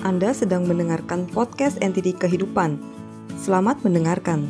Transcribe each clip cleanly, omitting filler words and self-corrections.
Anda sedang mendengarkan podcast NTD Kehidupan. Selamat mendengarkan.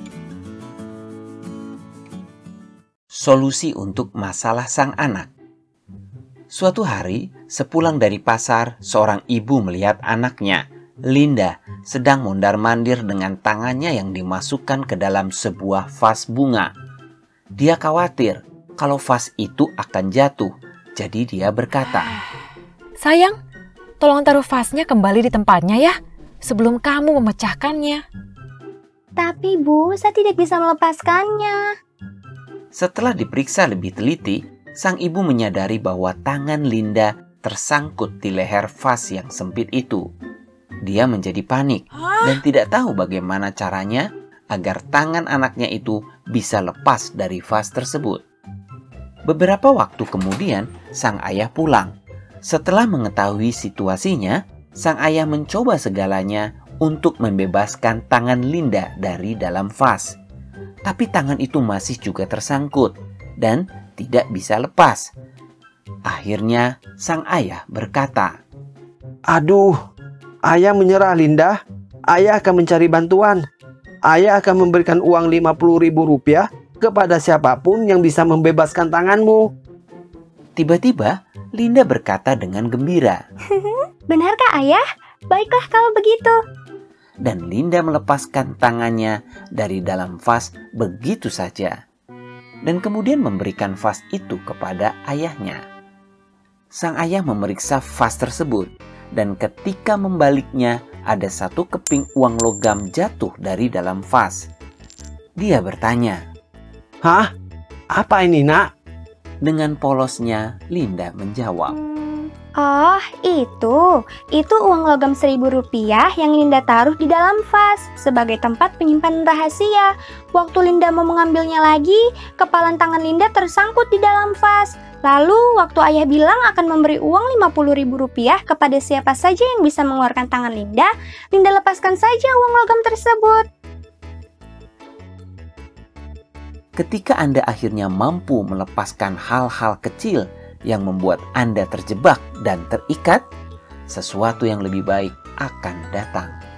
Solusi untuk masalah sang anak. Suatu hari, sepulang dari pasar, seorang ibu melihat anaknya, Linda, sedang mondar-mandir dengan tangannya yang dimasukkan ke dalam sebuah vas bunga. Dia khawatir kalau vas itu akan jatuh, jadi dia berkata, "Sayang, tolong taruh vasnya kembali di tempatnya ya, sebelum kamu memecahkannya." Tapi Bu, saya tidak bisa melepaskannya. Setelah diperiksa lebih teliti, sang ibu menyadari bahwa tangan Linda tersangkut di leher vas yang sempit itu. Dia menjadi panik dan tidak tahu bagaimana caranya agar tangan anaknya itu bisa lepas dari vas tersebut. Beberapa waktu kemudian, sang ayah pulang. Setelah mengetahui situasinya, sang ayah mencoba segalanya untuk membebaskan tangan Linda dari dalam vas. Tapi tangan itu masih juga tersangkut dan tidak bisa lepas. Akhirnya sang ayah berkata, "Aduh, ayah menyerah Linda. Ayah akan mencari bantuan. Ayah akan memberikan uang Rp50.000 kepada siapapun yang bisa membebaskan tanganmu." Tiba-tiba Linda berkata dengan gembira, Benarkah Ayah? Baiklah kalau begitu. dan Linda melepaskan tangannya dari dalam vas begitu saja, dan kemudian memberikan vas itu kepada ayahnya. Sang ayah memeriksa vas tersebut, dan ketika membaliknya ada satu keping uang logam jatuh dari dalam vas. Dia bertanya, "Hah? Apa ini, Nak?" Dengan polosnya Linda menjawab, Oh, itu uang logam Rp1.000 yang Linda taruh di dalam vas sebagai tempat penyimpanan rahasia. Waktu Linda mau mengambilnya lagi, kepalan tangan Linda tersangkut di dalam vas. Lalu, waktu ayah bilang akan memberi uang Rp50.000 kepada siapa saja yang bisa mengeluarkan tangan Linda, Linda lepaskan saja uang logam tersebut. ketika Anda akhirnya mampu melepaskan hal-hal kecil yang membuat Anda terjebak dan terikat, sesuatu yang lebih baik akan datang.